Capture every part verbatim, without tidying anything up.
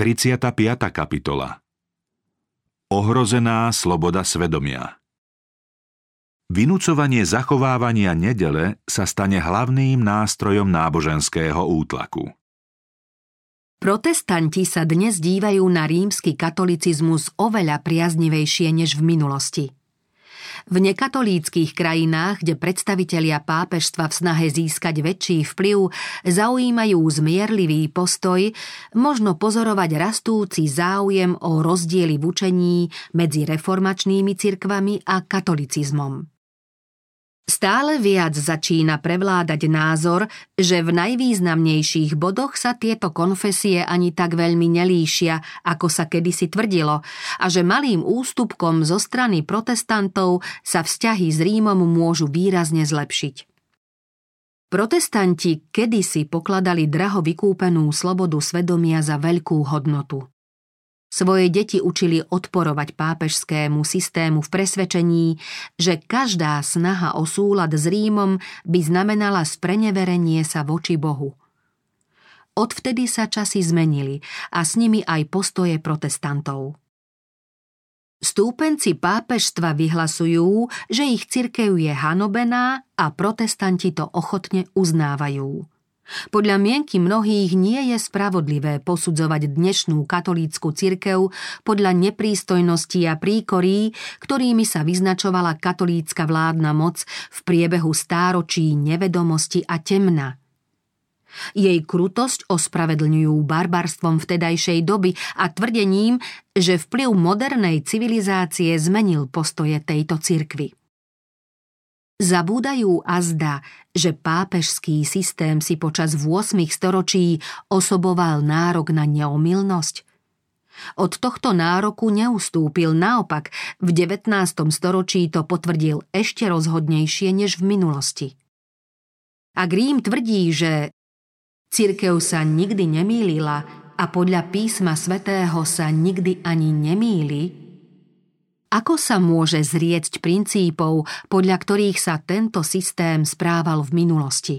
tridsiata piata kapitola. Ohrozená sloboda svedomia. Vynúcovanie zachovávania nedele sa stane hlavným nástrojom náboženského útlaku. Protestanti sa dnes dívajú na rímsky katolicizmus oveľa priaznivejšie než v minulosti. V nekatolíckych krajinách, kde predstavitelia pápežstva v snahe získať väčší vplyv zaujímajú zmierlivý postoj, možno pozorovať rastúci záujem o rozdiely v učení medzi reformačnými cirkvami a katolicizmom. Stále viac začína prevládať názor, že v najvýznamnejších bodoch sa tieto konfesie ani tak veľmi nelíšia, ako sa kedysi tvrdilo, a že malým ústupkom zo strany protestantov sa vzťahy s Rímom môžu výrazne zlepšiť. Protestanti kedysi pokladali draho vykúpenú slobodu svedomia za veľkú hodnotu. Svoje deti učili odporovať pápežskému systému v presvedčení, že každá snaha o súlad s Rímom by znamenala spreneverenie sa voči Bohu. Odvtedy sa časy zmenili a s nimi aj postoje protestantov. Stúpenci pápežstva vyhlasujú, že ich cirkev je hanobená a protestanti to ochotne uznávajú. Podľa mienky mnohých nie je spravodlivé posudzovať dnešnú katolícku cirkev podľa neprístojností a príkorí, ktorými sa vyznačovala katolícka vládna moc v priebehu stáročí nevedomosti a temna. Jej krutosť ospravedlňujú barbarstvom vtedajšej doby a tvrdením, že vplyv modernej civilizácie zmenil postoje tejto cirkvi. Zabúdajú azda, že pápežský systém si počas ôsmich storočí osoboval nárok na neomylnosť. Od tohto nároku neustúpil, naopak v devätnástom storočí to potvrdil ešte rozhodnejšie než v minulosti. Ak Rím tvrdí, že cirkev sa nikdy nemýlila a podľa písma svätého sa nikdy ani nemýli, ako sa môže zriecť princípov, podľa ktorých sa tento systém správal v minulosti?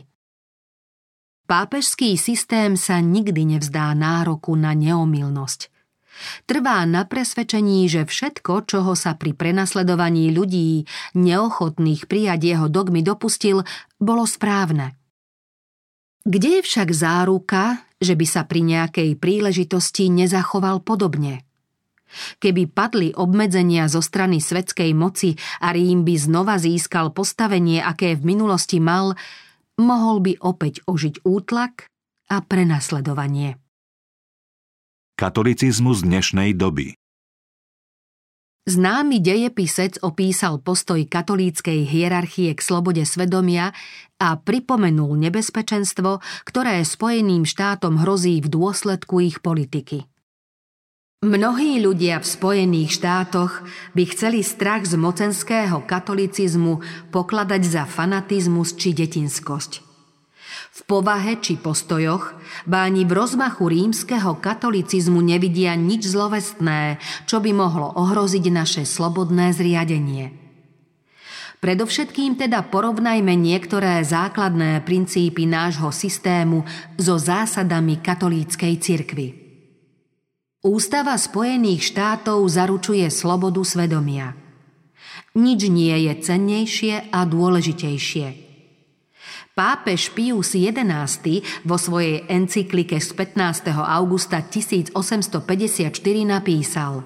Pápežský systém sa nikdy nevzdá nároku na neomylnosť. Trvá na presvedčení, že všetko, čoho sa pri prenasledovaní ľudí neochotných prijať jeho dogmy dopustil, bolo správne. Kde je však záruka, že by sa pri nejakej príležitosti nezachoval podobne? Keby padli obmedzenia zo strany svetskej moci a Rím by znova získal postavenie, aké v minulosti mal, mohol by opäť ožiť útlak a prenasledovanie. Katolicizmus dnešnej doby. Známy dejepisec opísal postoj katolíckej hierarchie k slobode svedomia a pripomenul nebezpečenstvo, ktoré Spojeným štátom hrozí v dôsledku ich politiky. Mnohí ľudia v Spojených štátoch by chceli strach z mocenského katolicizmu pokladať za fanatizmus či detinskosť. V povahe či postojoch, ba ani v rozmachu rímskeho katolicizmu nevidia nič zlovestné, čo by mohlo ohroziť naše slobodné zriadenie. Predovšetkým teda porovnajme niektoré základné princípy nášho systému so zásadami katolíckej cirkvi. Ústava Spojených štátov zaručuje slobodu svedomia. Nič nie je cennejšie a dôležitejšie. Pápež Pius jedenásty vo svojej encyklike z pätnásteho augusta tisícosemstopäťdesiatštyri napísal: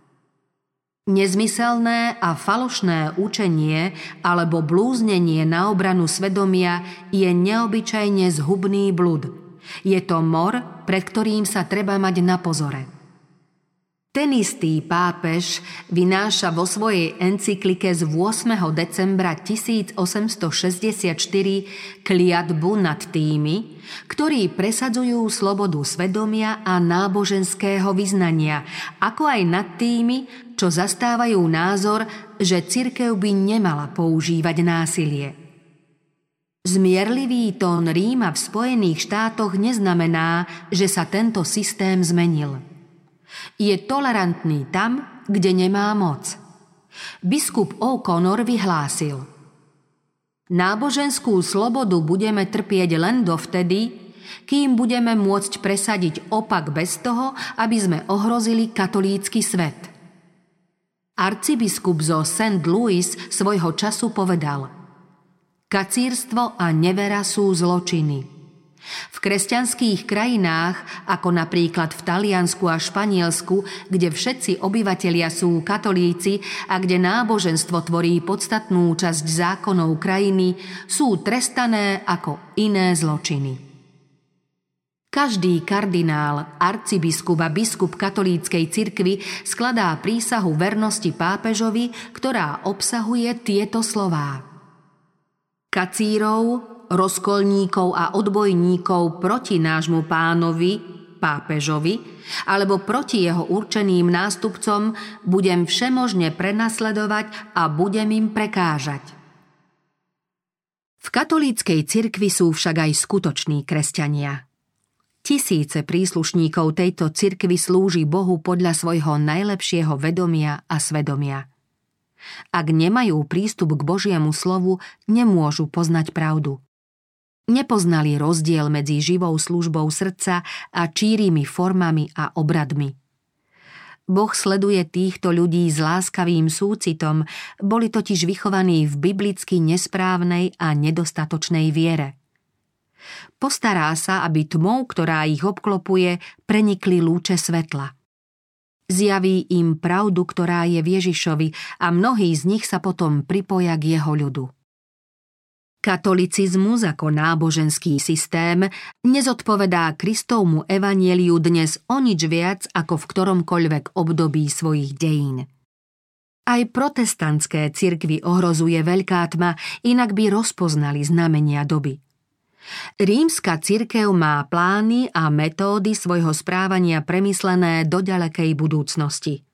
Nezmyselné a falošné učenie alebo blúznenie na obranu svedomia je neobyčajne zhubný blud. Je to mor, pred ktorým sa treba mať na pozore. Ten istý pápež vynáša vo svojej encyklike z ôsmeho decembra tisícosemstošesťdesiatštyri kliatbu nad tými, ktorí presadzujú slobodu svedomia a náboženského vyznania, ako aj nad tými, čo zastávajú názor, že cirkev by nemala používať násilie. Zmierlivý tón Ríma v Spojených štátoch neznamená, že sa tento systém zmenil. Je tolerantný tam, kde nemá moc. Biskup O'Connor vyhlásil: Náboženskú slobodu budeme trpieť len dovtedy, kým budeme môcť presadiť opak bez toho, aby sme ohrozili katolícky svet. Arcibiskup zo Saint Louis svojho času povedal: Kacírstvo a nevera sú zločiny. V kresťanských krajinách, ako napríklad v Taliansku a Španielsku, kde všetci obyvatelia sú katolíci a kde náboženstvo tvorí podstatnú časť zákonov krajiny, sú trestané ako iné zločiny. Každý kardinál, arcibiskup a biskup katolíckej cirkvi skladá prísahu vernosti pápežovi, ktorá obsahuje tieto slová: Kacírov, rozkolníkov a odbojníkov proti nášmu pánovi, pápežovi, alebo proti jeho určeným nástupcom budem všemožne prenasledovať a budem im prekážať. V katolíckej cirkvi sú však aj skutoční kresťania. Tisíce príslušníkov tejto cirkvi slúži Bohu podľa svojho najlepšieho vedomia a svedomia. Ak nemajú prístup k Božiemu slovu, nemôžu poznať pravdu. Nepoznali rozdiel medzi živou službou srdca a čírými formami a obradmi. Boh sleduje týchto ľudí s láskavým súcitom, boli totiž vychovaní v biblicky nesprávnej a nedostatočnej viere. Postará sa, aby tmou, ktorá ich obklopuje, prenikli lúče svetla. Zjaví im pravdu, ktorá je v Ježišovi, a mnohí z nich sa potom pripoja k jeho ľudu. Katolicizmus ako náboženský systém nezodpovedá Kristovmu evanjeliu dnes o nič viac ako v ktoromkoľvek období svojich dejín. Aj protestantské cirkvi ohrozuje veľká tma, inak by rozpoznali znamenia doby. Rímska cirkev má plány a metódy svojho správania premyslené do ďalekej budúcnosti.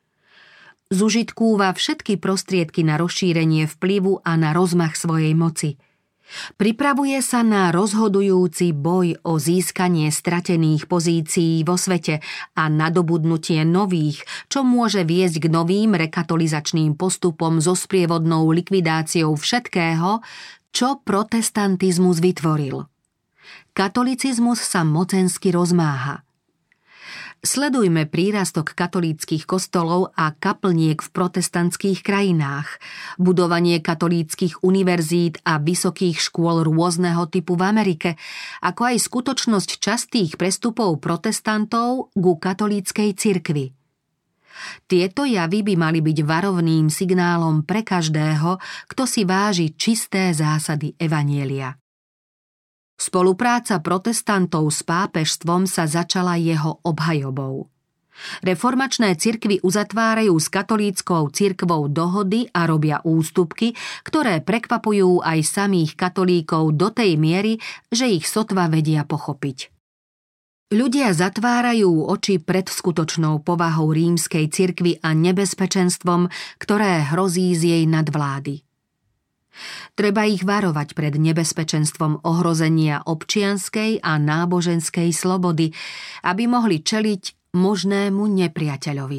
Zužitkúva všetky prostriedky na rozšírenie vplyvu a na rozmach svojej moci. Pripravuje sa na rozhodujúci boj o získanie stratených pozícií vo svete a nadobudnutie nových, čo môže viesť k novým rekatolizačným postupom so sprievodnou likvidáciou všetkého, čo protestantizmus vytvoril. Katolicizmus sa mocensky rozmáha. Sledujme prírastok katolíckych kostolov a kaplniek v protestantských krajinách, budovanie katolíckych univerzít a vysokých škôl rôzneho typu v Amerike, ako aj skutočnosť častých prestupov protestantov ku katolíckej cirkvi. Tieto javy by mali byť varovným signálom pre každého, kto si váži čisté zásady evanjelia. Spolupráca protestantov s pápežstvom sa začala jeho obhajobou. Reformačné cirkvi uzatvárajú s katolíckou cirkvou dohody a robia ústupky, ktoré prekvapujú aj samých katolíkov do tej miery, že ich sotva vedia pochopiť. Ľudia zatvárajú oči pred skutočnou povahou rímskej cirkvi a nebezpečenstvom, ktoré hrozí z jej nadvlády. Treba ich varovať pred nebezpečenstvom ohrozenia občianskej a náboženskej slobody, aby mohli čeliť možnému nepriateľovi.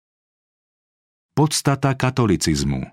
Podstata katolicizmu.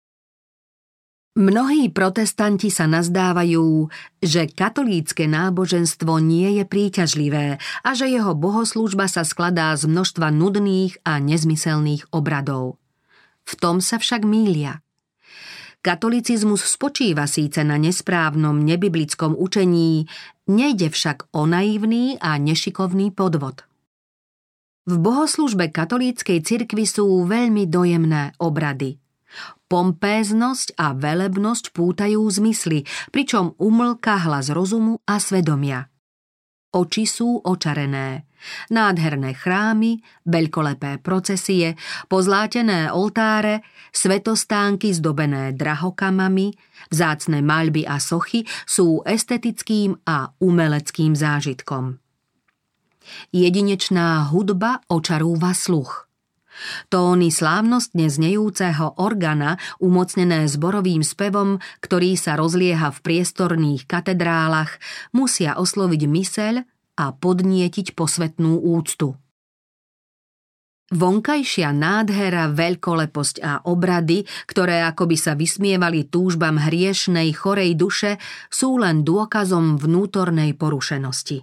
Mnohí protestanti sa nazdávajú, že katolícke náboženstvo nie je príťažlivé a že jeho bohoslúžba sa skladá z množstva nudných a nezmyselných obradov. V tom sa však mýlia. Katolicizmus spočíva síce na nesprávnom nebiblickom učení, nejde však o naivný a nešikovný podvod. V bohoslúžbe katolíckej cirkvi sú veľmi dojemné obrady. Pompéznosť a velebnosť pútajú zmysly, pričom umlka hlas rozumu a svedomia. Oči sú očarené. Nádherné chrámy, veľkolepé procesie, pozlátené oltáre, svetostánky zdobené drahokamami, vzácne maľby a sochy sú estetickým a umeleckým zážitkom. Jedinečná hudba očarúva sluch. Tóny slávnostne znejúceho organa, umocnené zborovým spevom, ktorý sa rozlieha v priestorných katedrálach, musia osloviť myseľ a podnietiť posvetnú úctu. Vonkajšia nádhera, veľkoleposť a obrady, ktoré akoby sa vysmievali túžbam hriešnej, chorej duše, sú len dôkazom vnútornej porušenosti.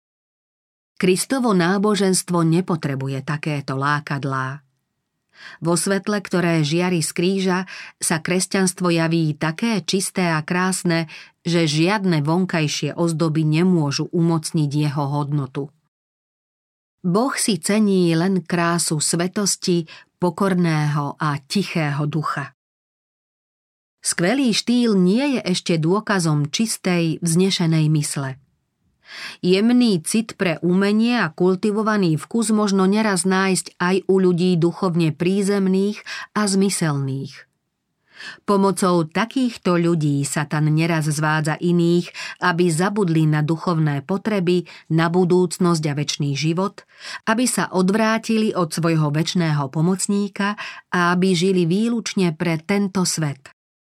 Kristovo náboženstvo nepotrebuje takéto lákadlá. Vo svetle, ktoré žiari z kríža, sa kresťanstvo javí také čisté a krásne, že žiadne vonkajšie ozdoby nemôžu umocniť jeho hodnotu. Boh si cení len krásu svetosti, pokorného a tichého ducha. Skvelý štýl nie je ešte dôkazom čistej, vznešenej mysle. Jemný cit pre umenie a kultivovaný vkus možno neraz nájsť aj u ľudí duchovne prízemných a zmyselných. Pomocou takýchto ľudí Satan neraz zvádza iných, aby zabudli na duchovné potreby, na budúcnosť a večný život, aby sa odvrátili od svojho večného pomocníka a aby žili výlučne pre tento svet.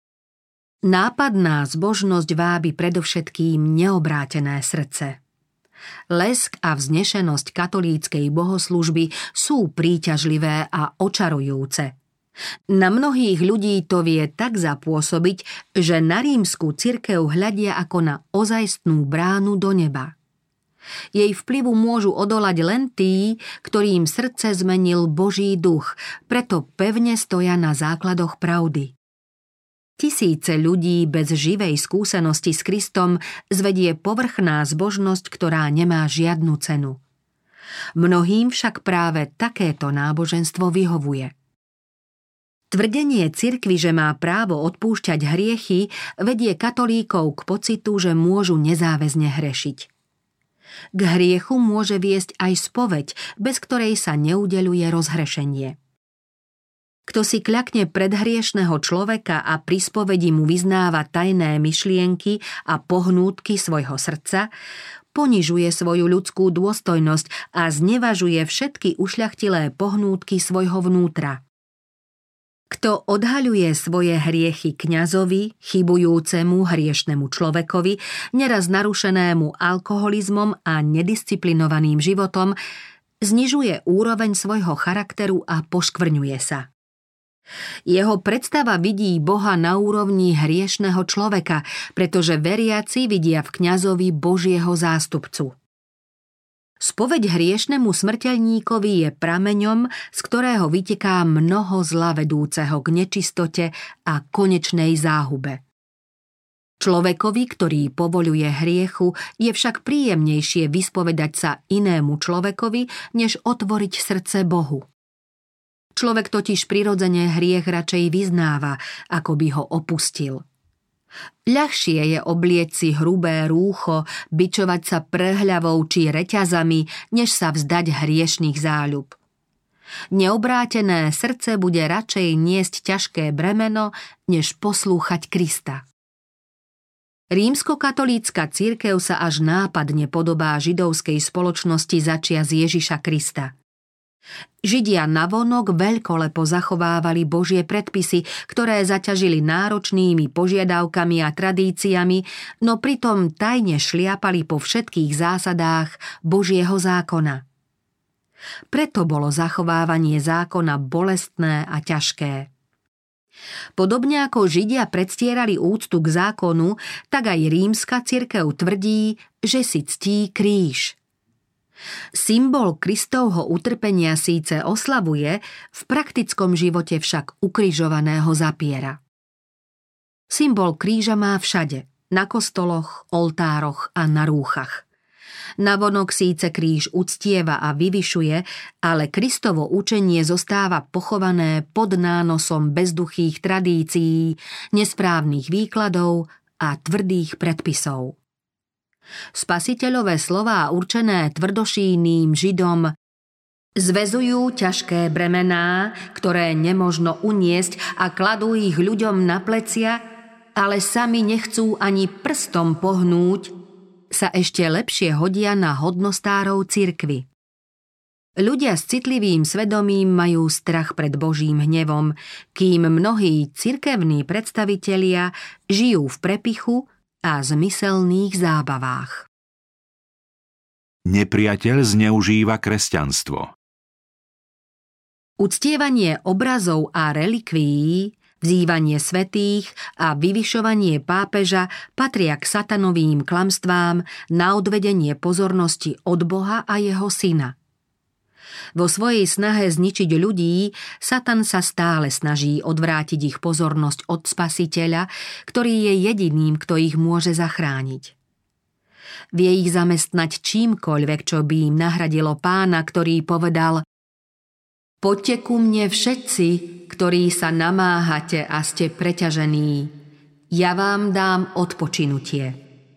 Nápadná zbožnosť vábi predovšetkým neobrátené srdce. Lesk a vznešenosť katolíckej bohoslužby sú príťažlivé a očarujúce. Na mnohých ľudí to vie tak zapôsobiť, že na rímsku cirkev hľadia ako na ozajstnú bránu do neba. Jej vplyvu môžu odolať len tí, ktorým srdce zmenil Boží duch, preto pevne stoja na základoch pravdy. Tisíce ľudí bez živej skúsenosti s Kristom zvedie povrchná zbožnosť, ktorá nemá žiadnu cenu. Mnohým však práve takéto náboženstvo vyhovuje. Tvrdenie cirkvi, že má právo odpúšťať hriechy, vedie katolíkov k pocitu, že môžu nezáväzne hrešiť. K hriechu môže viesť aj spoveď, bez ktorej sa neudeľuje rozhrešenie. Kto si kľakne pred hriešného človeka a pri spovedi mu vyznáva tajné myšlienky a pohnútky svojho srdca, ponižuje svoju ľudskú dôstojnosť a znevažuje všetky ušľachtilé pohnútky svojho vnútra. Kto odhaľuje svoje hriechy kňazovi, chybujúcemu hriešnemu človekovi, neraz narušenému alkoholizmom a nedisciplinovaným životom, znižuje úroveň svojho charakteru a poškvrňuje sa. Jeho predstava vidí Boha na úrovni hriešneho človeka, pretože veriaci vidia v kňazovi Božieho zástupcu. Spoveď hriešnemu smrteľníkovi je prameňom, z ktorého vyteká mnoho zla vedúceho k nečistote a konečnej záhube. Človekovi, ktorý povoľuje hriechu, je však príjemnejšie vyspovedať sa inému človekovi, než otvoriť srdce Bohu. Človek totiž prirodzene hriech radšej vyznáva, ako by ho opustil. Ľahšie je oblieť si hrubé rúcho, bičovať sa prhľavou či reťazami, než sa vzdať hriešnych záľub. Neobrátené srdce bude radšej niesť ťažké bremeno, než poslúchať Krista. Rímskokatolícka cirkev sa až nápadne podobá židovskej spoločnosti začias Ježiša Krista. Židia navonok veľkolepo zachovávali Božie predpisy, ktoré zaťažili náročnými požiadavkami a tradíciami, no pritom tajne šliapali po všetkých zásadách Božieho zákona. Preto bolo zachovávanie zákona bolestné a ťažké. Podobne ako Židia predstierali úctu k zákonu, tak aj rímska cirkev tvrdí, že si ctí kríž. Symbol Kristovho utrpenia síce oslavuje, v praktickom živote však ukrižovaného zapiera. Symbol kríža má všade, na kostoloch, oltároch a na rúchach. Navonok síce kríž uctieva a vyvyšuje, ale Kristovo učenie zostáva pochované pod nánosom bezduchých tradícií, nesprávnych výkladov a tvrdých predpisov. Spasiteľové slová určené tvrdošínnym Židom zväzujú ťažké bremená, ktoré nemožno uniesť a kladú ich ľuďom na plecia, ale sami nechcú ani prstom pohnúť, sa ešte lepšie hodia na hodnostárov cirkvi. Ľudia s citlivým svedomím majú strach pred Božím hnevom, kým mnohí cirkevní predstavitelia žijú v prepichu a zmyselných zábavách. Nepriateľ zneužíva kresťanstvo. Uctievanie obrazov a relikvií, vzývanie svätých a vyvyšovanie pápeža patria k satanovým klamstvám na odvedenie pozornosti od Boha a jeho syna. Vo svojej snahe zničiť ľudí, Satan sa stále snaží odvrátiť ich pozornosť od Spasiteľa, ktorý je jediným, kto ich môže zachrániť. Vie ich zamestnať čímkoľvek, čo by im nahradilo Pána, ktorý povedal: Poďte ku mne všetci, ktorí sa namáhate a ste preťažení. Ja vám dám odpočinutie.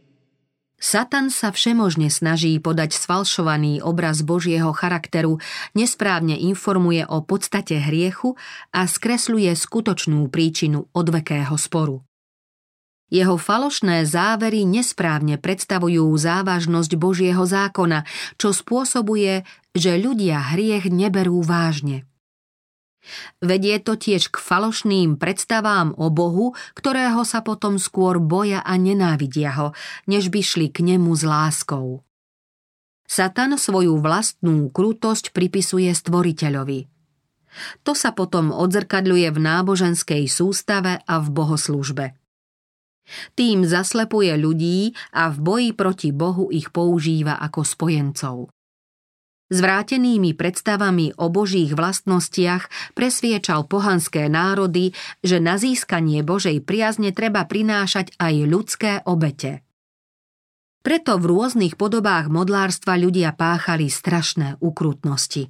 Satan sa všemožne snaží podať sfalšovaný obraz Božieho charakteru, nesprávne informuje o podstate hriechu a skresľuje skutočnú príčinu odvekého sporu. Jeho falošné závery nesprávne predstavujú závažnosť Božieho zákona, čo spôsobuje, že ľudia hriech neberú vážne. Vedie to tiež k falošným predstavám o Bohu, ktorého sa potom skôr boja a nenávidia ho, než by šli k nemu s láskou. Satan svoju vlastnú krutosť pripisuje Stvoriteľovi. To sa potom odzrkadľuje v náboženskej sústave a v bohoslužbe. Tým zaslepuje ľudí a v boji proti Bohu ich používa ako spojencov. Zvrátenými predstavami o Božích vlastnostiach presviečal pohanské národy, že na získanie Božej priazne treba prinášať aj ľudské obete. Preto v rôznych podobách modlárstva ľudia páchali strašné ukrutnosti.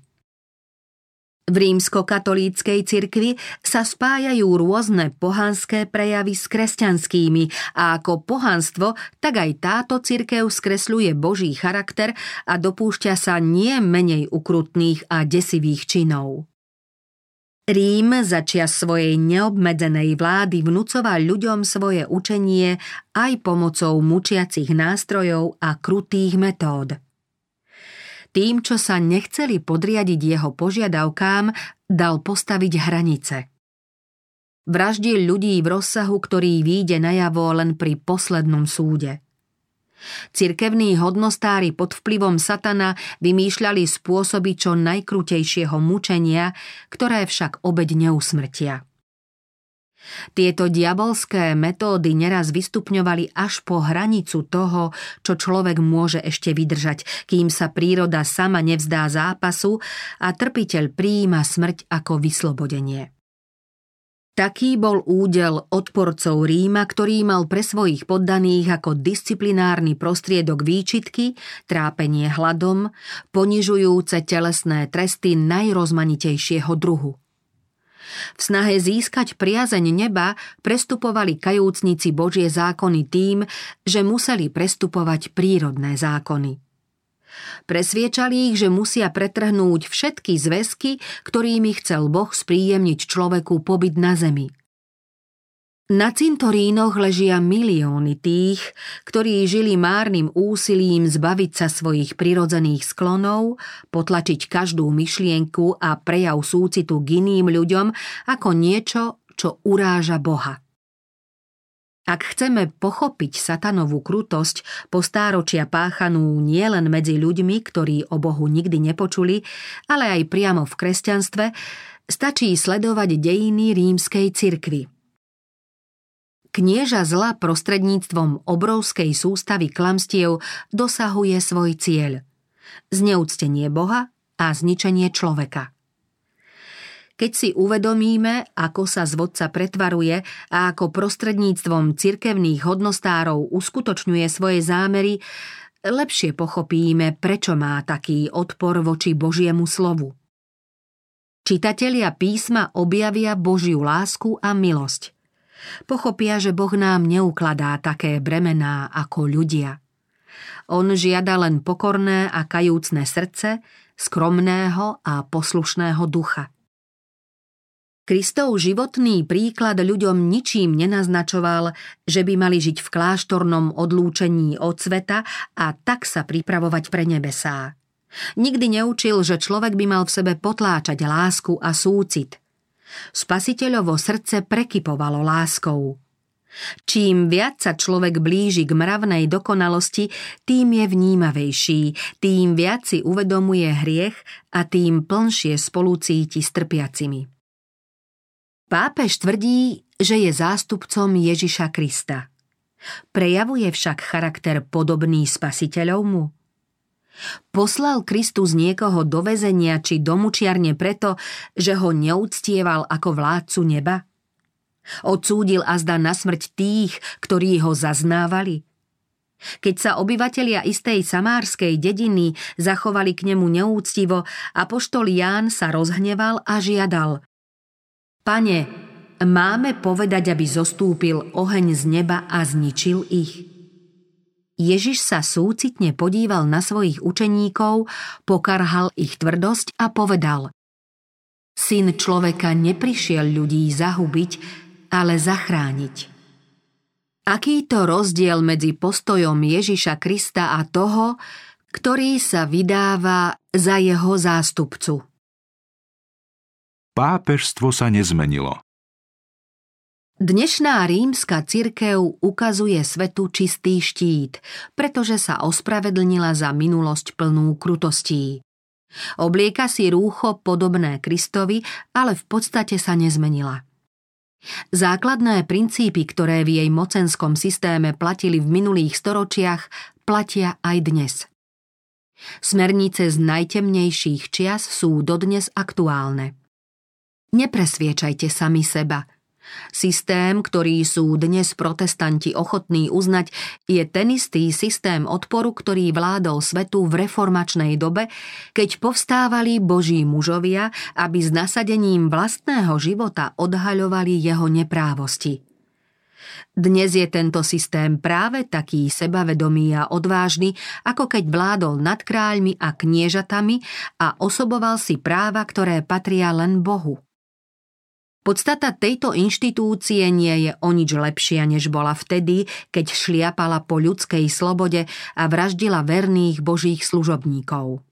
V rímskokatolíckej cirkvi sa spájajú rôzne pohanské prejavy s kresťanskými a ako pohanstvo, tak aj táto cirkev skresľuje Boží charakter a dopúšťa sa nie menej ukrutných a desivých činov. Rím začias svojej neobmedzenej vlády vnucoval ľuďom svoje učenie aj pomocou mučiacich nástrojov a krutých metód. Tým, čo sa nechceli podriadiť jeho požiadavkám, dal postaviť hranice. Vraždil ľudí v rozsahu, ktorý výjde najavo len pri poslednom súde. Cirkevní hodnostári pod vplyvom Satana vymýšľali spôsoby čo najkrutejšieho mučenia, ktoré však obeť neusmrtia. Tieto diabolské metódy neraz vystupňovali až po hranicu toho, čo človek môže ešte vydržať, kým sa príroda sama nevzdá zápasu a trpiteľ prijíma smrť ako vyslobodenie. Taký bol údel odporcov Ríma, ktorý mal pre svojich poddaných ako disciplinárny prostriedok výčitky, trápenie hladom, ponižujúce telesné tresty najrozmanitejšieho druhu. V snahe získať priazeň neba prestupovali kajúcnici Božie zákony tým, že museli prestupovať prírodné zákony. Presviečali ich, že musia pretrhnúť všetky zväzky, ktorými chcel Boh spríjemniť človeku pobyt na zemi. Na cintorínoch ležia milióny tých, ktorí žili márnym úsilím zbaviť sa svojich prirodzených sklonov, potlačiť každú myšlienku a prejav súcitu k iným ľuďom ako niečo, čo uráža Boha. Ak chceme pochopiť satanovú krutosť, po stáročia páchanú nielen medzi ľuďmi, ktorí o Bohu nikdy nepočuli, ale aj priamo v kresťanstve, stačí sledovať dejiny rímskej cirkvi. Knieža zla prostredníctvom obrovskej sústavy klamstiev dosahuje svoj cieľ – zneúctenie Boha a zničenie človeka. Keď si uvedomíme, ako sa zvodca pretvaruje a ako prostredníctvom cirkevných hodnostárov uskutočňuje svoje zámery, lepšie pochopíme, prečo má taký odpor voči Božiemu slovu. Čitatelia písma objavia Božiu lásku a milosť. Pochopia, že Boh nám neukladá také bremená ako ľudia. On žiada len pokorné a kajúcne srdce, skromného a poslušného ducha. Kristov životný príklad ľuďom ničím nenaznačoval, že by mali žiť v kláštornom odlúčení od sveta a tak sa pripravovať pre nebesá. Nikdy neučil, že človek by mal v sebe potláčať lásku a súcit. Spasiteľovo srdce prekypovalo láskou. Čím viac sa človek blíži k mravnej dokonalosti, tým je vnímavejší, tým viac si uvedomuje hriech a tým plnšie spolucíti s trpiacimi. Pápež tvrdí, že je zástupcom Ježiša Krista. Prejavuje však charakter podobný spasiteľovmu? Poslal Kristus niekoho do väzenia či do mučiarne preto, že ho neuctieval ako vládcu neba? Odsúdil azda na smrť tých, ktorí ho zaznávali? Keď sa obyvatelia istej samárskej dediny zachovali k nemu neúctivo, apoštol Ján sa rozhneval a žiadal: Pane, máme povedať, aby zostúpil oheň z neba a zničil ich? Ježiš sa súcitne podíval na svojich učeníkov, pokarhal ich tvrdosť a povedal: Syn človeka neprišiel ľudí zahubiť, ale zachrániť. Akýto rozdiel medzi postojom Ježiša Krista a toho, ktorý sa vydáva za jeho zástupcu? Pápežstvo sa nezmenilo. Dnešná rímska cirkev ukazuje svetu čistý štít, pretože sa ospravedlnila za minulosť plnú krutostí. Oblieka si rúcho podobné Kristovi, ale v podstate sa nezmenila. Základné princípy, ktoré v jej mocenskom systéme platili v minulých storočiach, platia aj dnes. Smernice z najtemnejších čias sú dodnes aktuálne. Nepresviečajte sami seba. Systém, ktorý sú dnes protestanti ochotní uznať, je ten istý systém odporu, ktorý vládol svetu v reformačnej dobe, keď povstávali Boží mužovia, aby s nasadením vlastného života odhaľovali jeho neprávosti. Dnes je tento systém práve taký sebavedomý a odvážny, ako keď vládol nad kráľmi a kniežatami a osoboval si práva, ktoré patria len Bohu. Podstata tejto inštitúcie nie je o nič lepšia, než bola vtedy, keď šliapala po ľudskej slobode a vraždila verných Božích služobníkov.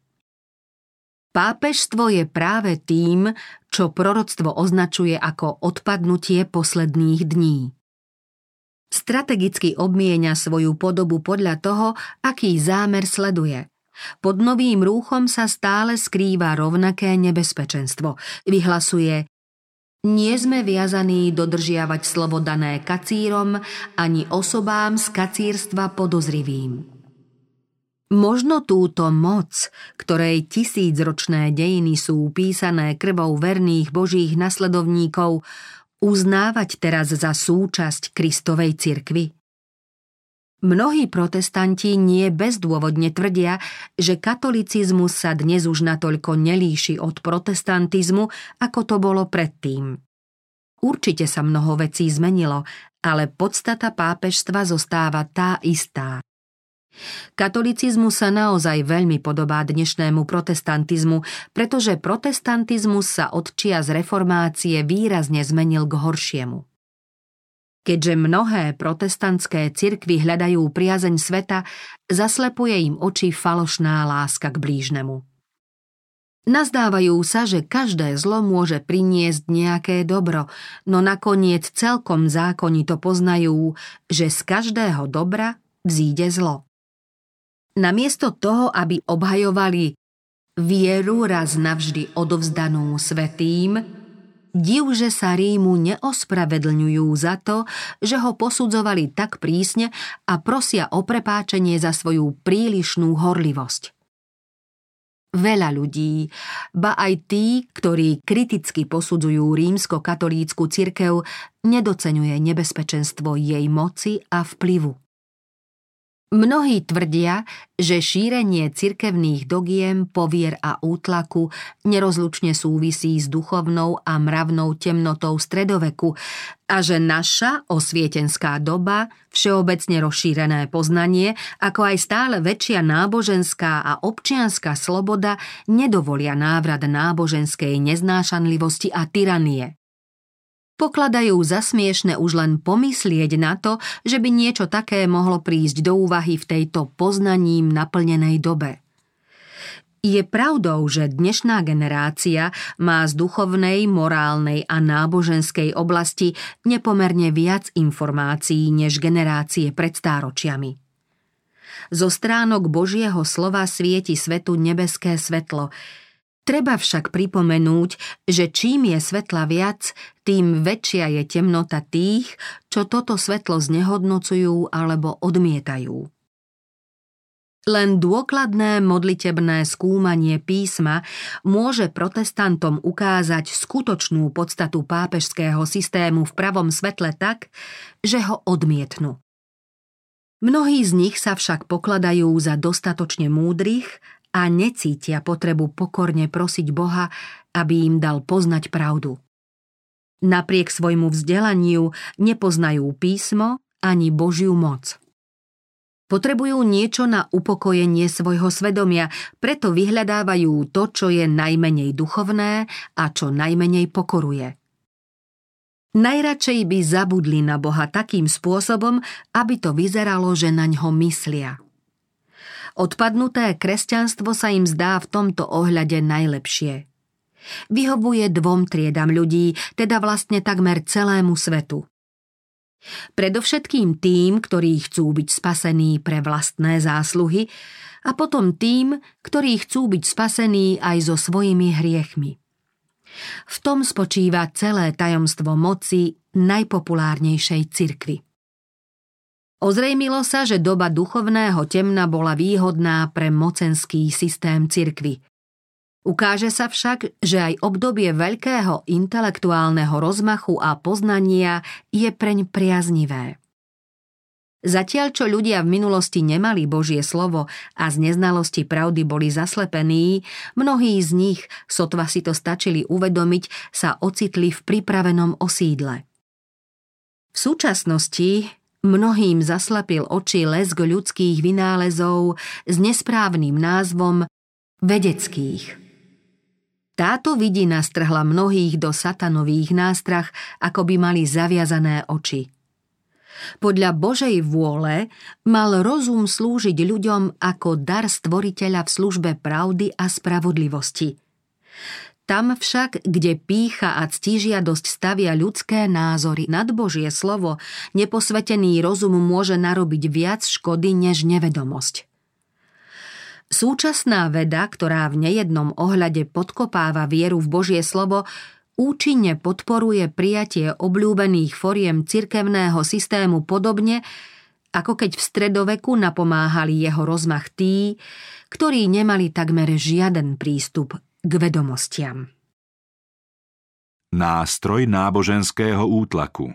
Pápežstvo je práve tým, čo proroctvo označuje ako odpadnutie posledných dní. Strategicky obmienia svoju podobu podľa toho, aký zámer sleduje. Pod novým rúchom sa stále skrýva rovnaké nebezpečenstvo. Vyhlasuje: Nie sme viazaní dodržiavať slovo dané kacírom ani osobám z kacírstva podozrivým. Možno túto moc, ktorej tisícročné dejiny sú písané krvou verných Božích nasledovníkov, uznávať teraz za súčasť Kristovej cirkvi? Mnohí protestanti nie bezdôvodne tvrdia, že katolicizmus sa dnes už natoľko nelíši od protestantizmu, ako to bolo predtým. Určite sa mnoho vecí zmenilo, ale podstata pápežstva zostáva tá istá. Katolicizmus sa naozaj veľmi podobá dnešnému protestantizmu, pretože protestantizmus sa od čias reformácie výrazne zmenil k horšiemu. Keďže mnohé protestantské cirkvi hľadajú priazeň sveta, zaslepuje im oči falošná láska k blížnemu. Nazdávajú sa, že každé zlo môže priniesť nejaké dobro, no nakoniec celkom zákonito poznajú, že z každého dobra vzíde zlo. Namiesto toho, aby obhajovali vieru raz navždy odovzdanú svätým, div, že sa Rímu neospravedlňujú za to, že ho posudzovali tak prísne a prosia o prepáčenie za svoju prílišnú horlivosť. Veľa ľudí, ba aj tí, ktorí kriticky posudzujú rímsko-katolícku cirkev, nedoceňuje nebezpečenstvo jej moci a vplyvu. Mnohí tvrdia, že šírenie cirkevných dogiem, povier a útlaku nerozlučne súvisí s duchovnou a mravnou temnotou stredoveku a že naša osvietenská doba, všeobecne rozšírené poznanie, ako aj stále väčšia náboženská a občianska sloboda nedovolia návrat náboženskej neznášanlivosti a tyranie. Pokladajú za smiešne už len pomyslieť na to, že by niečo také mohlo prísť do úvahy v tejto poznaním naplnenej dobe. Je pravdou, že dnešná generácia má z duchovnej, morálnej a náboženskej oblasti nepomerne viac informácií než generácie pred stáročiami. Zo stránok Božieho slova svieti svetu nebeské svetlo. Treba však pripomenúť, že čím je svetla viac, tým väčšia je temnota tých, čo toto svetlo znehodnocujú alebo odmietajú. Len dôkladné modlitebné skúmanie písma môže protestantom ukázať skutočnú podstatu pápežského systému v pravom svetle tak, že ho odmietnú. Mnohí z nich sa však pokladajú za dostatočne múdrych a necítia potrebu pokorne prosiť Boha, aby im dal poznať pravdu. Napriek svojmu vzdelaniu nepoznajú písmo ani Božiu moc. Potrebujú niečo na upokojenie svojho svedomia, preto vyhľadávajú to, čo je najmenej duchovné a čo najmenej pokoruje. Najradšej by zabudli na Boha takým spôsobom, aby to vyzeralo, že naňho myslia. Odpadnuté kresťanstvo sa im zdá v tomto ohľade najlepšie. Vyhovuje dvom triedam ľudí, teda vlastne takmer celému svetu. Predovšetkým tým, ktorí chcú byť spasení pre vlastné zásluhy, a potom tým, ktorí chcú byť spasení aj so svojimi hriechmi. V tom spočíva celé tajomstvo moci najpopulárnejšej cirkvi. Ozrejmilo sa, že doba duchovného temna bola výhodná pre mocenský systém cirkvi. Ukáže sa však, že aj obdobie veľkého intelektuálneho rozmachu a poznania je preň priaznivé. Zatiaľ, čo ľudia v minulosti nemali Božie slovo a z neznalosti pravdy boli zaslepení, mnohí z nich, sotva si to stačili uvedomiť, sa ocitli v pripravenom osídle. V súčasnosti mnohým zaslepil oči lesk ľudských vynálezov s nesprávnym názvom vedeckých. Táto vidina strhla mnohých do satanových nástrah, ako by mali zaviazané oči. Podľa Božej vôle mal rozum slúžiť ľuďom ako dar stvoriteľa v službe pravdy a spravodlivosti. Tam však, kde pýcha a ctižiadosť stavia ľudské názory nad Božie slovo, neposvetený rozum môže narobiť viac škody než nevedomosť. Súčasná veda, ktorá v nejednom ohľade podkopáva vieru v Božie slovo, účinne podporuje prijatie obľúbených foriem cirkevného systému podobne, ako keď v stredoveku napomáhali jeho rozmach tí, ktorí nemali takmer žiaden prístup k vedomostiam. Nástroj náboženského útlaku.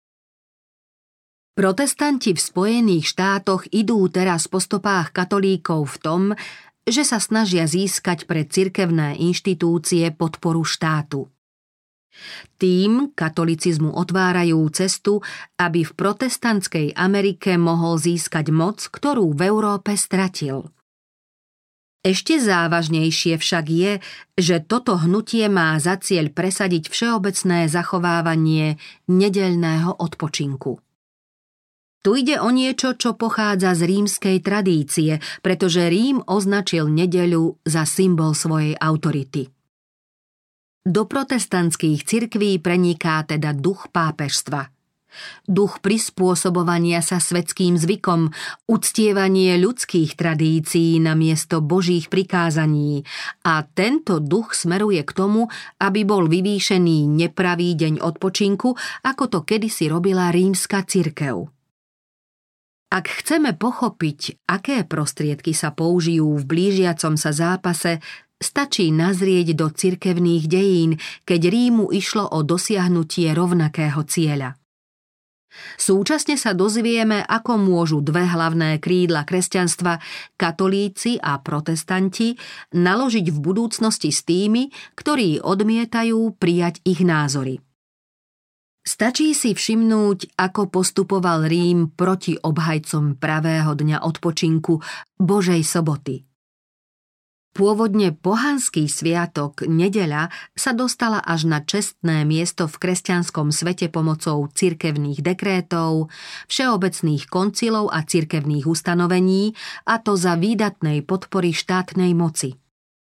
Protestanti v Spojených štátoch idú teraz po stopách katolíkov v tom, že sa snažia získať pre cirkevné inštitúcie podporu štátu. Tým katolicizmu otvárajú cestu, aby v protestantskej Amerike mohol získať moc, ktorú v Európe stratil. Ešte závažnejšie však je, že toto hnutie má za cieľ presadiť všeobecné zachovávanie nedeľného odpočinku. Tu ide o niečo, čo pochádza z rímskej tradície, pretože Rím označil nedeľu za symbol svojej autority. Do protestantských cirkví preniká teda duch pápežstva. Duch prispôsobovania sa svetským zvykom, uctievanie ľudských tradícií namiesto Božích prikázaní a tento duch smeruje k tomu, aby bol vyvýšený nepravý deň odpočinku, ako to kedysi robila rímska cirkev. Ak chceme pochopiť, aké prostriedky sa použijú v blížiacom sa zápase, stačí nazrieť do cirkevných dejín, keď Rímu išlo o dosiahnutie rovnakého cieľa. Súčasne sa dozvieme, ako môžu dve hlavné krídla kresťanstva, katolíci a protestanti, naložiť v budúcnosti s tými, ktorí odmietajú prijať ich názory. Stačí si všimnúť, ako postupoval Rím proti obhajcom pravého dňa odpočinku, Božej soboty. Pôvodne pohanský sviatok, nedeľa, sa dostala až na čestné miesto v kresťanskom svete pomocou cirkevných dekrétov, všeobecných koncilov a cirkevných ustanovení, a to za výdatnej podpory štátnej moci.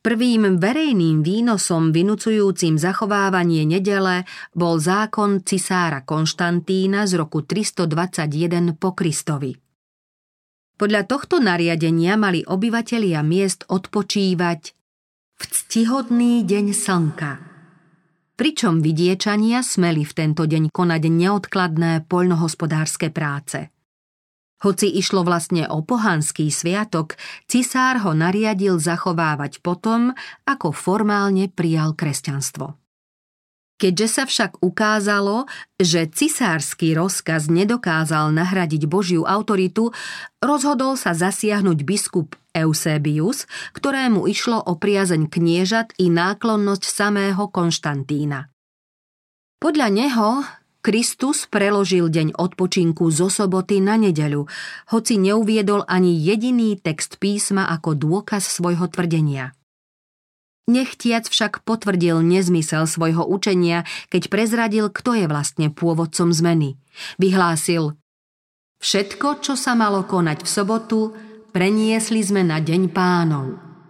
Prvým verejným výnosom vynucujúcim zachovávanie nedele bol zákon cisára Konštantína z roku tristodvadsaťjeden po Kristovi. Podľa tohto nariadenia mali obyvatelia miest odpočívať v ctihodný deň slnka, pričom vidiečania smeli v tento deň konať neodkladné poľnohospodárske práce. Hoci išlo vlastne o pohanský sviatok, cisár ho nariadil zachovávať potom, ako formálne prijal kresťanstvo. Keďže sa však ukázalo, že cisársky rozkaz nedokázal nahradiť Božiu autoritu, rozhodol sa zasiahnuť biskup Eusebius, ktorému išlo o priazeň kniežat i náklonnosť samého Konštantína. Podľa neho Kristus preložil deň odpočinku zo soboty na nedeľu, hoci neuviedol ani jediný text písma ako dôkaz svojho tvrdenia. Nechtiac však potvrdil nezmysel svojho učenia, keď prezradil, kto je vlastne pôvodcom zmeny. Vyhlásil: Všetko, čo sa malo konať v sobotu, preniesli sme na deň Pánov.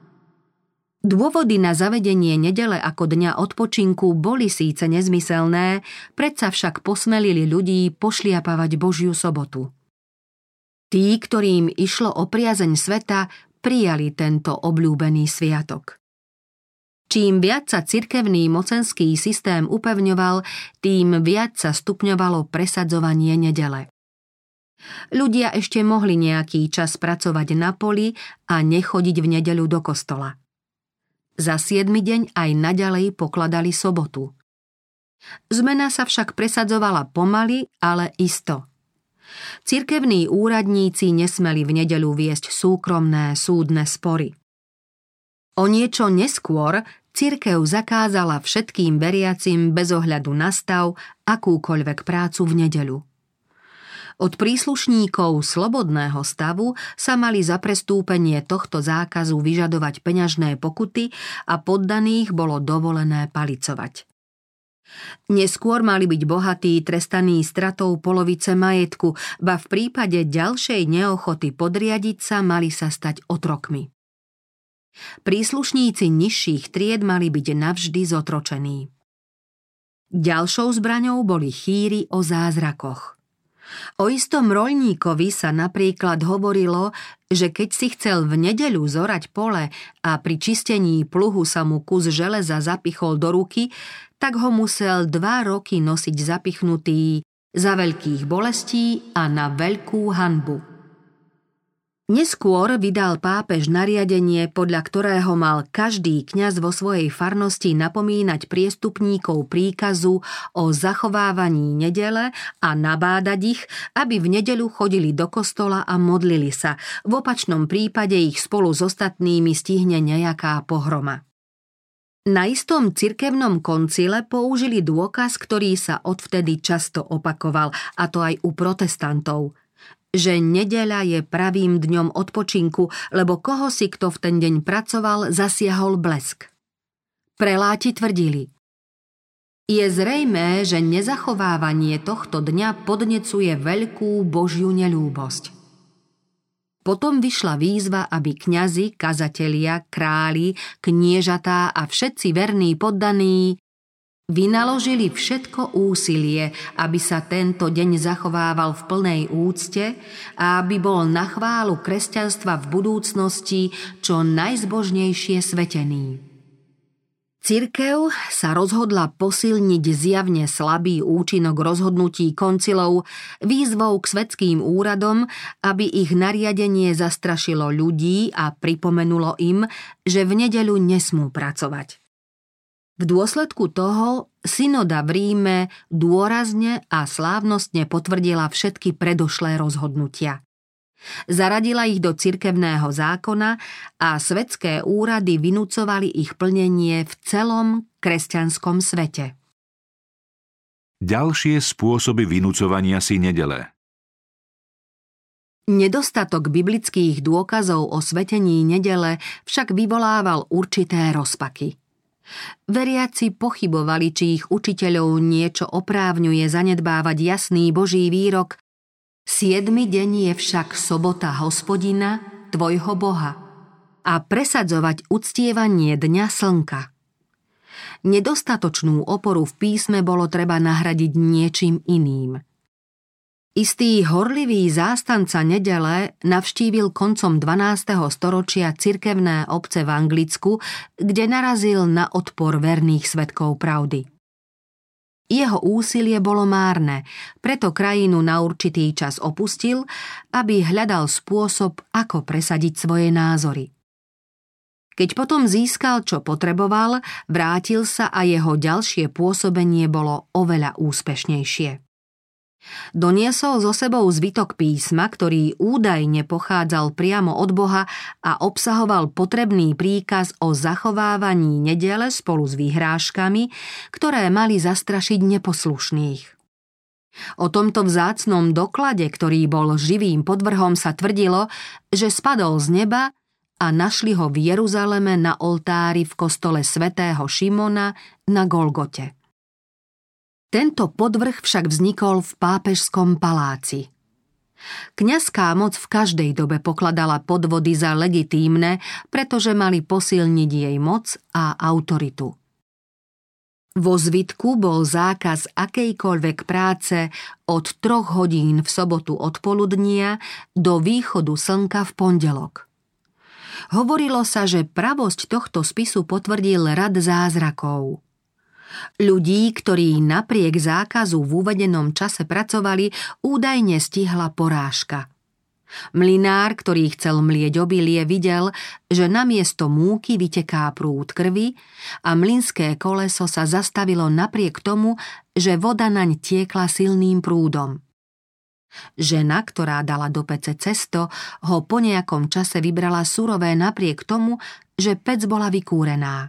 Dôvody na zavedenie nedele ako dňa odpočinku boli síce nezmyselné, predsa však posmelili ľudí pošliapavať Božiu sobotu. Tí, ktorým išlo o priazeň sveta, prijali tento obľúbený sviatok. Čím viac sa cirkevný mocenský systém upevňoval, tým viac sa stupňovalo presadzovanie nedele. Ľudia ešte mohli nejaký čas pracovať na poli a nechodiť v nedeľu do kostola. Za siedmy deň aj naďalej pokladali sobotu. Zmena sa však presadzovala pomaly, ale isto. Cirkevní úradníci nesmeli v nedeľu viesť súkromné súdne spory. O niečo neskôr cirkev zakázala všetkým veriacim bez ohľadu na stav akúkoľvek prácu v nedeľu. Od príslušníkov slobodného stavu sa mali za prestúpenie tohto zákazu vyžadovať peňažné pokuty a poddaných bolo dovolené palicovať. Neskôr mali byť bohatí trestaní stratou polovice majetku, ba v prípade ďalšej neochoty podriadiť sa mali sa stať otrokmi. Príslušníci nižších tried mali byť navždy zotročení. Ďalšou zbraňou boli chýry o zázrakoch. O istom roľníkovi sa napríklad hovorilo, že keď si chcel v nedeľu zorať pole a pri čistení pluhu sa mu kus železa zapichol do ruky, tak ho musel dva roky nosiť zapichnutý za veľkých bolestí a na veľkú hanbu. Neskôr vydal pápež nariadenie, podľa ktorého mal každý kňaz vo svojej farnosti napomínať priestupníkov príkazu o zachovávaní nedele a nabádať ich, aby v nedeľu chodili do kostola a modlili sa. V opačnom prípade ich spolu s ostatnými stihne nejaká pohroma. Na istom cirkevnom koncile použili dôkaz, ktorý sa odvtedy často opakoval, a to aj u protestantov, že nedeľa je pravým dňom odpočinku, lebo koho si kto v ten deň pracoval, zasiahol blesk. Preláti tvrdili: Je zrejmé, že nezachovávanie tohto dňa podnecuje veľkú Božiu neľúbosť. Potom vyšla výzva, aby kňazi, kazatelia, králi, kniežatá a všetci verní poddaní vynaložili všetko úsilie, aby sa tento deň zachovával v plnej úcte a aby bol na chválu kresťanstva v budúcnosti čo najzbožnejšie svetený. Cirkev sa rozhodla posilniť zjavne slabý účinok rozhodnutí koncilov výzvou k svetským úradom, aby ich nariadenie zastrašilo ľudí a pripomenulo im, že v nedeľu nesmú pracovať. V dôsledku toho synoda v Ríme dôrazne a slávnostne potvrdila všetky predošlé rozhodnutia. Zaradila ich do cirkevného zákona a svetské úrady vynúcovali ich plnenie v celom kresťanskom svete. Ďalšie spôsoby vynúcovania si nedele. Nedostatok biblických dôkazov o svetení nedele však vyvolával určité rozpaky. Veriaci pochybovali, či ich učiteľov niečo oprávňuje zanedbávať jasný Boží výrok: Siedmy deň je však sobota Hospodina, tvojho Boha. a presadzovať uctievanie dňa slnka. Nedostatočnú oporu v písme bolo treba nahradiť niečím iným. Istý horlivý zástanca nedele navštívil koncom dvanásteho storočia cirkevné obce v Anglicku, kde narazil na odpor verných svedkov pravdy. Jeho úsilie bolo márne, preto krajinu na určitý čas opustil, aby hľadal spôsob, ako presadiť svoje názory. Keď potom získal, čo potreboval, vrátil sa a jeho ďalšie pôsobenie bolo oveľa úspešnejšie. Doniesol so sebou zvytok písma, ktorý údajne pochádzal priamo od Boha a obsahoval potrebný príkaz o zachovávaní nedele spolu s výhrážkami, ktoré mali zastrašiť neposlušných. O tomto vzácnom doklade, ktorý bol živým podvrhom, sa tvrdilo, že spadol z neba a našli ho v Jeruzaleme na oltári v kostole svätého Šimona na Golgote. Tento podvrh však vznikol v pápežskom paláci. Kňazská moc v každej dobe pokladala podvody za legitímne, pretože mali posilniť jej moc a autoritu. Vo zvitku bol zákaz akejkoľvek práce od troch hodín v sobotu od poludnia do východu slnka v pondelok. Hovorilo sa, že pravosť tohto spisu potvrdil rad zázrakov. Ľudí, ktorí napriek zákazu v uvedenom čase pracovali, údajne stihla porážka. Mlynár, ktorý chcel mlieť obilie, videl, že namiesto múky vyteká prúd krvi a mlynské koleso sa zastavilo napriek tomu, že voda naň tiekla silným prúdom. Žena, ktorá dala do pece cesto, ho po nejakom čase vybrala surové napriek tomu, že pec bola vykúrená.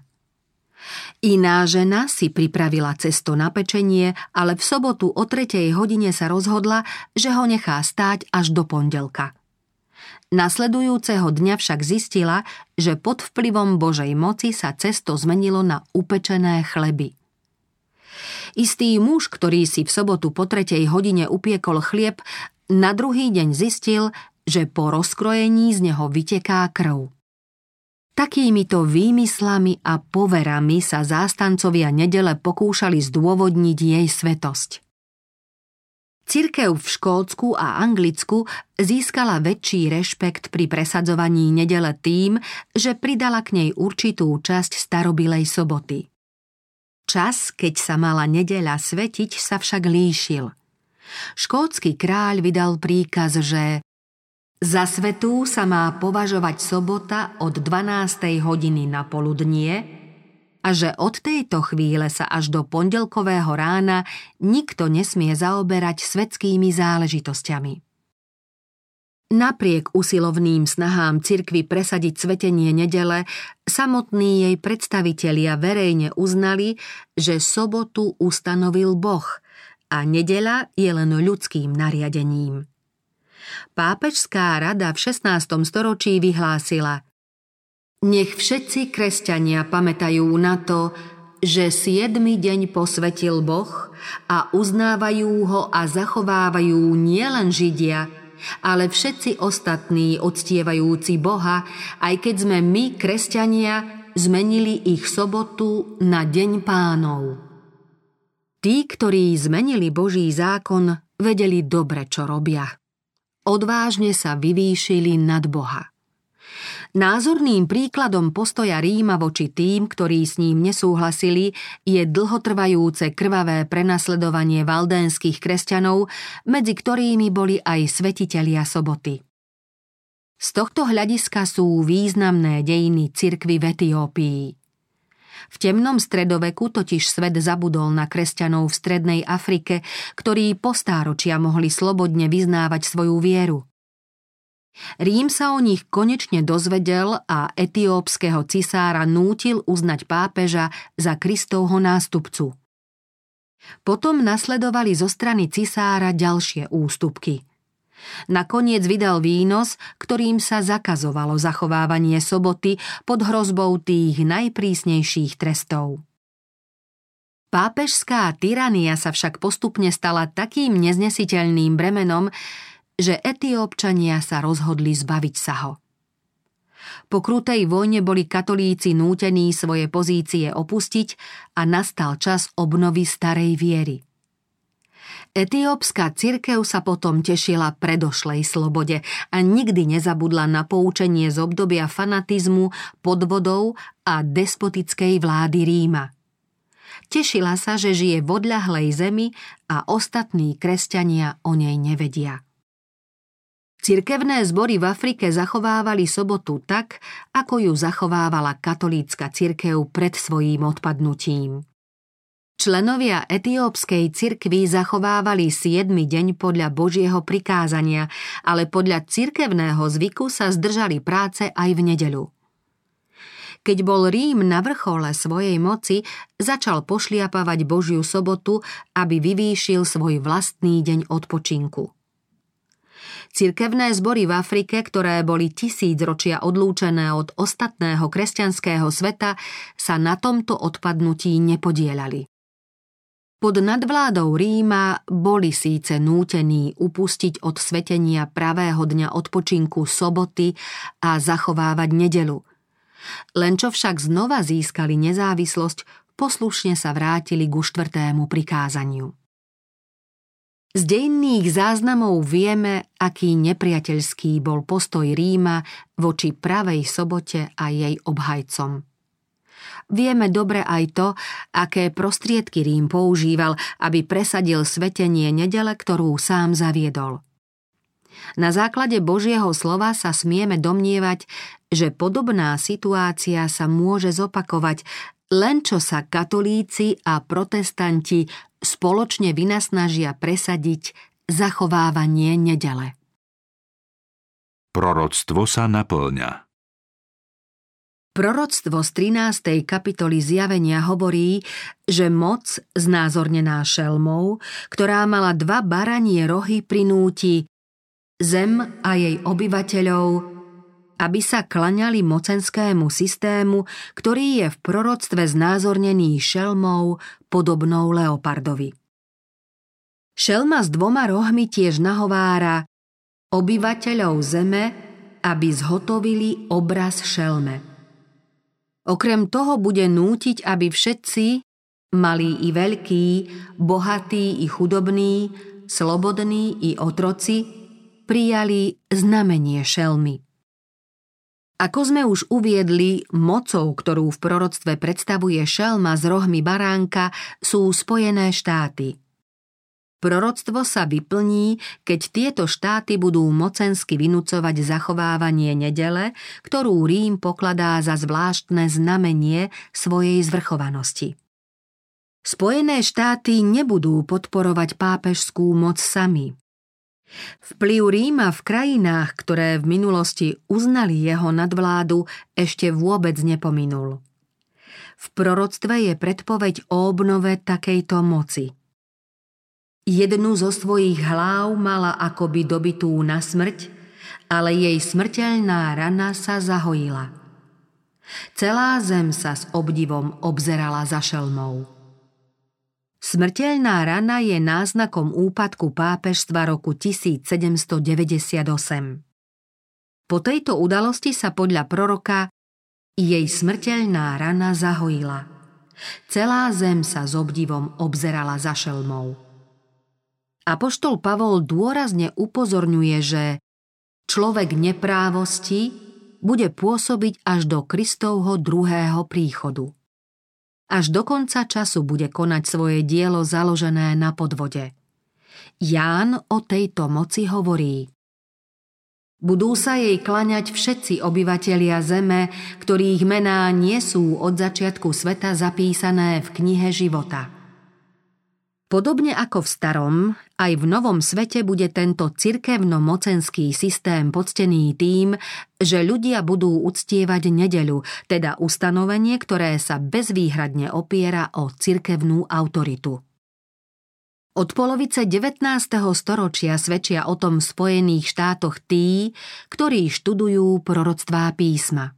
Iná žena si pripravila cesto na pečenie, ale v sobotu o tretej hodine sa rozhodla, že ho nechá stáť až do pondelka. Nasledujúceho dňa však zistila, že pod vplyvom Božej moci sa cesto zmenilo na upečené chleby. Istý muž, ktorý si v sobotu po tretej hodine upiekol chlieb, na druhý deň zistil, že po rozkrojení z neho vyteká krv. Takýmito výmyslami a poverami sa zástancovia nedele pokúšali zdôvodniť jej svätosť. Cirkev v Škótsku a Anglicku získala väčší rešpekt pri presadzovaní nedele tým, že pridala k nej určitú časť starobilej soboty. Čas, keď sa mala nedeľa svetiť, sa však líšil. Škótsky kráľ vydal príkaz, že za svätú sa má považovať sobota od dvanástej hodiny na poludnie a že od tejto chvíle sa až do pondelkového rána nikto nesmie zaoberať svetskými záležitosťami. Napriek usilovným snahám cirkvi presadiť svetenie nedele, samotní jej predstavitelia verejne uznali, že sobotu ustanovil Boh a nedeľa je len ľudským nariadením. Pápežská rada v šestnástom storočí vyhlásila: Nech všetci kresťania pamätajú na to, že siedmy deň posvetil Boh a uznávajú ho a zachovávajú nielen Židia, ale všetci ostatní uctievajúci Boha, aj keď sme my, kresťania, zmenili ich sobotu na deň Pánov. Tí, ktorí zmenili Boží zákon, vedeli dobre, čo robia. Odvážne sa vyvýšili nad Boha. Názorným príkladom postoja Ríma voči tým, ktorí s ním nesúhlasili, je dlhotrvajúce krvavé prenasledovanie valdénskych kresťanov, medzi ktorými boli aj svetitelia soboty. Z tohto hľadiska sú významné dejiny cirkvi v Etiópii. V temnom stredoveku totiž svet zabudol na kresťanov v strednej Afrike, ktorí po stáročia mohli slobodne vyznávať svoju vieru. Rím sa o nich konečne dozvedel a etiópskeho cisára nútil uznať pápeža za Kristovho nástupcu. Potom nasledovali zo strany cisára ďalšie ústupky. Nakoniec vydal výnos, ktorým sa zakazovalo zachovávanie soboty pod hrozbou tých najprísnejších trestov. Pápežská tyrania sa však postupne stala takým neznesiteľným bremenom, že Etiópčania sa rozhodli zbaviť sa ho. Po krutej vojne boli katolíci nútení svoje pozície opustiť a nastal čas obnovy starej viery. Etiópska cirkev sa potom tešila predošlej slobode a nikdy nezabudla na poučenie z obdobia fanatizmu, podvodov a despotickej vlády Ríma. Tešila sa, že žije v odľahlej zemi a ostatní kresťania o nej nevedia. Cirkevné zbory v Afrike zachovávali sobotu tak, ako ju zachovávala katolícka cirkev pred svojím odpadnutím. Členovia etiópskej cirkvi zachovávali siedmy deň podľa Božieho prikázania, ale podľa cirkevného zvyku sa zdržali práce aj v nedeľu. Keď bol Rím na vrchole svojej moci, začal pošliapavať Božiu sobotu, aby vyvýšil svoj vlastný deň odpočinku. Cirkevné zbory v Afrike, ktoré boli tisícročia odlúčené od ostatného kresťanského sveta, sa na tomto odpadnutí nepodieľali. Pod nadvládou Ríma boli síce nútení upustiť od svetenia pravého dňa odpočinku soboty a zachovávať nedeľu. Len čo však znova získali nezávislosť, poslušne sa vrátili ku štvrtému prikázaniu. Z dejinných záznamov vieme, aký nepriateľský bol postoj Ríma voči pravej sobote a jej obhajcom. Vieme dobre aj to, aké prostriedky Rím používal, aby presadil svetenie nedele, ktorú sám zaviedol. Na základe Božieho slova sa smieme domnievať, že podobná situácia sa môže zopakovať, len čo sa katolíci a protestanti spoločne vynasnažia presadiť zachovávanie nedele. Proroctvo sa naplňa. Proroctvo z trinástej kapitoly Zjavenia hovorí, že moc, znázornená šelmou, ktorá mala dva baranie rohy, prinúti zem a jej obyvateľov, aby sa klaňali mocenskému systému, ktorý je v proroctve znázornený šelmou podobnou leopardovi. Šelma s dvoma rohmi tiež nahovára obyvateľov zeme, aby zhotovili obraz šelme. Okrem toho bude nútiť, aby všetci, malí i veľkí, bohatí i chudobní, slobodní i otroci, prijali znamenie šelmy. Ako sme už uviedli, mocou, ktorú v proroctve predstavuje šelma s rohmi baránka, sú Spojené štáty. Proroctvo sa vyplní, keď tieto štáty budú mocensky vynúcovať zachovávanie nedele, ktorú Rím pokladá za zvláštne znamenie svojej zvrchovanosti. Spojené štáty nebudú podporovať pápežskú moc sami. Vplyv Ríma v krajinách, ktoré v minulosti uznali jeho nadvládu, ešte vôbec nepominul. V proroctve je predpoveď o obnove takejto moci. Jednu zo svojich hlav mala akoby dobitú na smrť, ale jej smrteľná rana sa zahojila. Celá zem sa s obdivom obzerala za šelmou. Smrteľná rana je náznakom úpadku pápežstva roku tisícsedemstodeväťdesiatosem. Po tejto udalosti sa podľa proroka jej smrteľná rana zahojila. Celá zem sa s obdivom obzerala za šelmou. Apoštol Pavol dôrazne upozorňuje, že človek neprávosti bude pôsobiť až do Kristovho druhého príchodu. Až do konca času bude konať svoje dielo založené na podvode. Ján o tejto moci hovorí: budú sa jej klaňať všetci obyvatelia zeme, ktorých mená nie sú od začiatku sveta zapísané v knihe života. Podobne ako v starom, aj v novom svete bude tento cirkevno-mocenský systém poctený tým, že ľudia budú uctievať nedeľu, teda ustanovenie, ktoré sa bezvýhradne opiera o cirkevnú autoritu. Od polovice devätnásteho storočia svedčia o tom v Spojených štátoch tí, ktorí študujú proroctvá písma.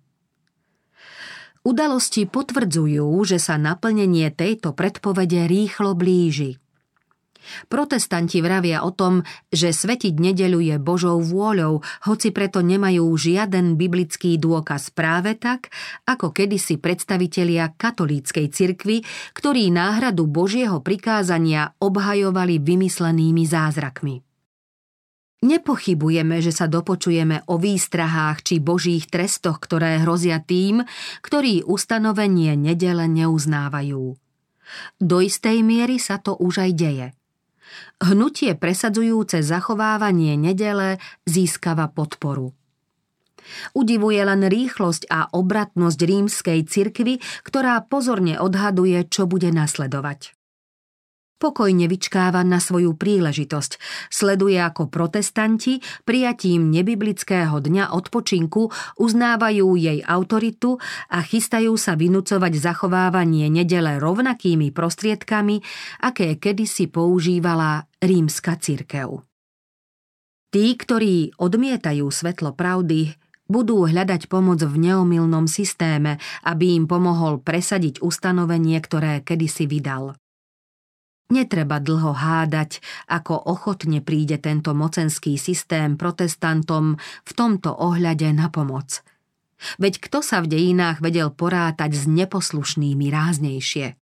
Udalosti potvrdzujú, že sa naplnenie tejto predpovede rýchlo blíži. Protestanti vravia o tom, že svetiť nedeľu je Božou vôľou, hoci preto nemajú žiaden biblický dôkaz, práve tak, ako kedysi predstavitelia katolíckej cirkvi, ktorí náhradu Božieho prikázania obhajovali vymyslenými zázrakmi. Nepochybujeme, že sa dopočujeme o výstrahách či Božích trestoch, ktoré hrozia tým, ktorí ustanovenie nedele neuznávajú. Do istej miery sa to už aj deje. Hnutie presadzujúce zachovávanie nedele získava podporu. Udivuje len rýchlosť a obratnosť rímskej cirkvi, ktorá pozorne odhaduje, čo bude nasledovať. Pokojne vyčkáva na svoju príležitosť, sleduje ako protestanti prijatím nebiblického dňa odpočinku uznávajú jej autoritu a chystajú sa vynúcovať zachovávanie nedele rovnakými prostriedkami, aké kedysi používala rímska cirkev. Tí, ktorí odmietajú svetlo pravdy, budú hľadať pomoc v neomylnom systéme, aby im pomohol presadiť ustanovenie, ktoré kedysi vydal. Netreba dlho hádať, ako ochotne príde tento mocenský systém protestantom v tomto ohľade na pomoc. Veď kto sa v dejinách vedel porátať s neposlušnými ráznejšie?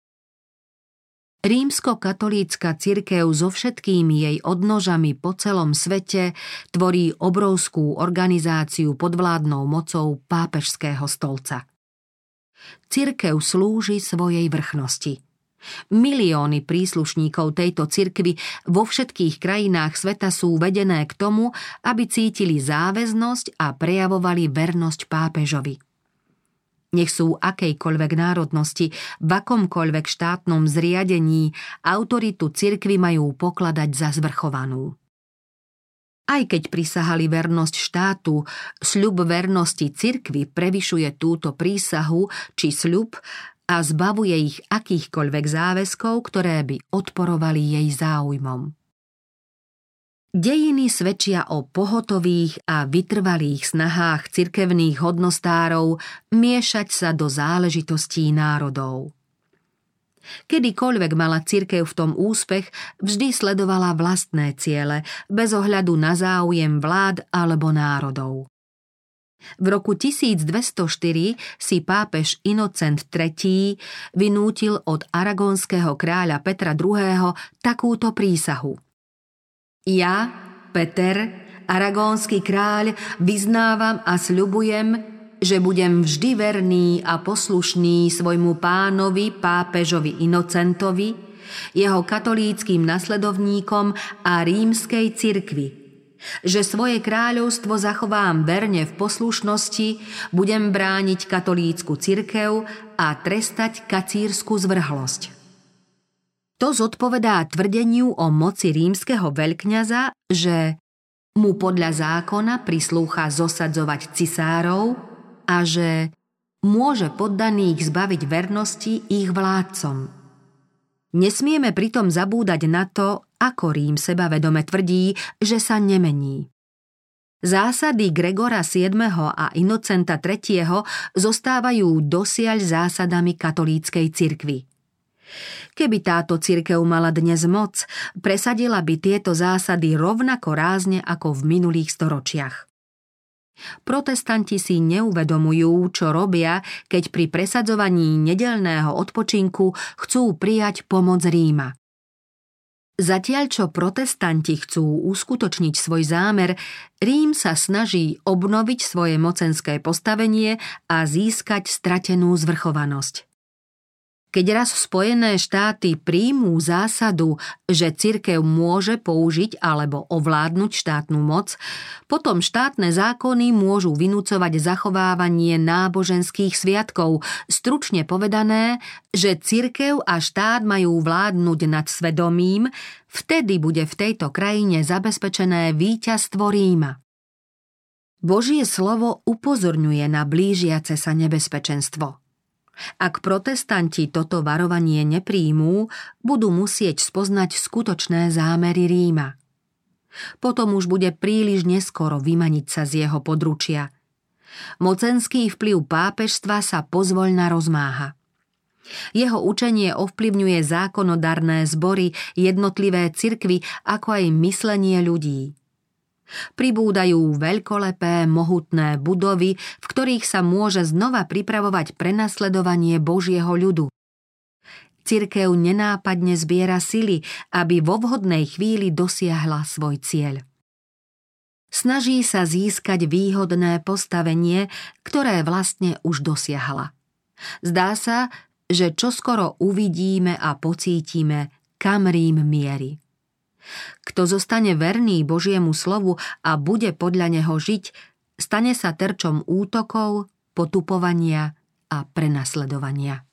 Rímsko-katolícka cirkev so všetkými jej odnožami po celom svete tvorí obrovskú organizáciu pod vládnou mocou pápežského stolca. Cirkev slúži svojej vrchnosti. Milióny príslušníkov tejto cirkvi vo všetkých krajinách sveta sú vedené k tomu, aby cítili záväznosť a prejavovali vernosť pápežovi. Nech sú akejkoľvek národnosti, v akomkoľvek štátnom zriadení, autoritu cirkvi majú pokladať za zvrchovanú. Aj keď prisahali vernosť štátu, sľub vernosti cirkvi prevyšuje túto prísahu či sľub a zbavuje ich akýchkoľvek záväzkov, ktoré by odporovali jej záujmom. Dejiny svedčia o pohotových a vytrvalých snahách cirkevných hodnostárov miešať sa do záležitostí národov. Kedykoľvek mala cirkev v tom úspech, vždy sledovala vlastné ciele, bez ohľadu na záujem vlád alebo národov. V roku tisícdvestoštyri si pápež Inocent tretí vynútil od aragónskeho kráľa Petra druhého. takúto prísahu. Ja, Peter, aragónsky kráľ, vyznávam a sľubujem, že budem vždy verný a poslušný svojmu pánovi, pápežovi Inocentovi, jeho katolíckym nasledovníkom a rímskej cirkvi, že svoje kráľovstvo zachovám verne v poslušnosti, budem brániť katolícku cirkev a trestať kacírsku zvrhlosť. To zodpovedá tvrdeniu o moci rímskeho veľkňaza, že mu podľa zákona prislúcha zosadzovať cisárov a že môže poddaných zbaviť vernosti ich vládcom. Nesmieme pritom zabúdať na to, ako Rím sebavedome tvrdí, že sa nemení. Zásady Gregora siedmeho a Inocenta tretieho zostávajú dosiaľ zásadami katolíckej cirkvi. Keby táto cirkev mala dnes moc, presadila by tieto zásady rovnako rázne ako v minulých storočiach. Protestanti si neuvedomujú, čo robia, keď pri presadzovaní nedeľného odpočinku chcú prijať pomoc Ríma. Zatiaľ, čo protestanti chcú uskutočniť svoj zámer, Rím sa snaží obnoviť svoje mocenské postavenie a získať stratenú zvrchovanosť. Keď raz Spojené štáty príjmú zásadu, že cirkev môže použiť alebo ovládnuť štátnu moc, potom štátne zákony môžu vynúcovať zachovávanie náboženských sviatkov, stručne povedané, že cirkev a štát majú vládnuť nad svedomím, vtedy bude v tejto krajine zabezpečené víťazstvo Ríma. Božie slovo upozorňuje na blížiace sa nebezpečenstvo. Ak protestanti toto varovanie nepríjmú, budú musieť spoznať skutočné zámery Ríma. Potom už bude príliš neskoro vymaniť sa z jeho područia. Mocenský vplyv pápežstva sa pozvoľna rozmáha. Jeho učenie ovplyvňuje zákonodarné zbory, jednotlivé cirkvy, ako aj myslenie ľudí. Pribúdajú veľkolepé, mohutné budovy, v ktorých sa môže znova pripravovať prenasledovanie Božieho ľudu. Cirkev nenápadne zbiera sily, aby vo vhodnej chvíli dosiahla svoj cieľ. Snaží sa získať výhodné postavenie, ktoré vlastne už dosiahla. Zdá sa, že čoskoro uvidíme a pocítime, kam Rím mieri. Kto zostane verný Božiemu slovu a bude podľa neho žiť, stane sa terčom útokov, potupovania a prenasledovania.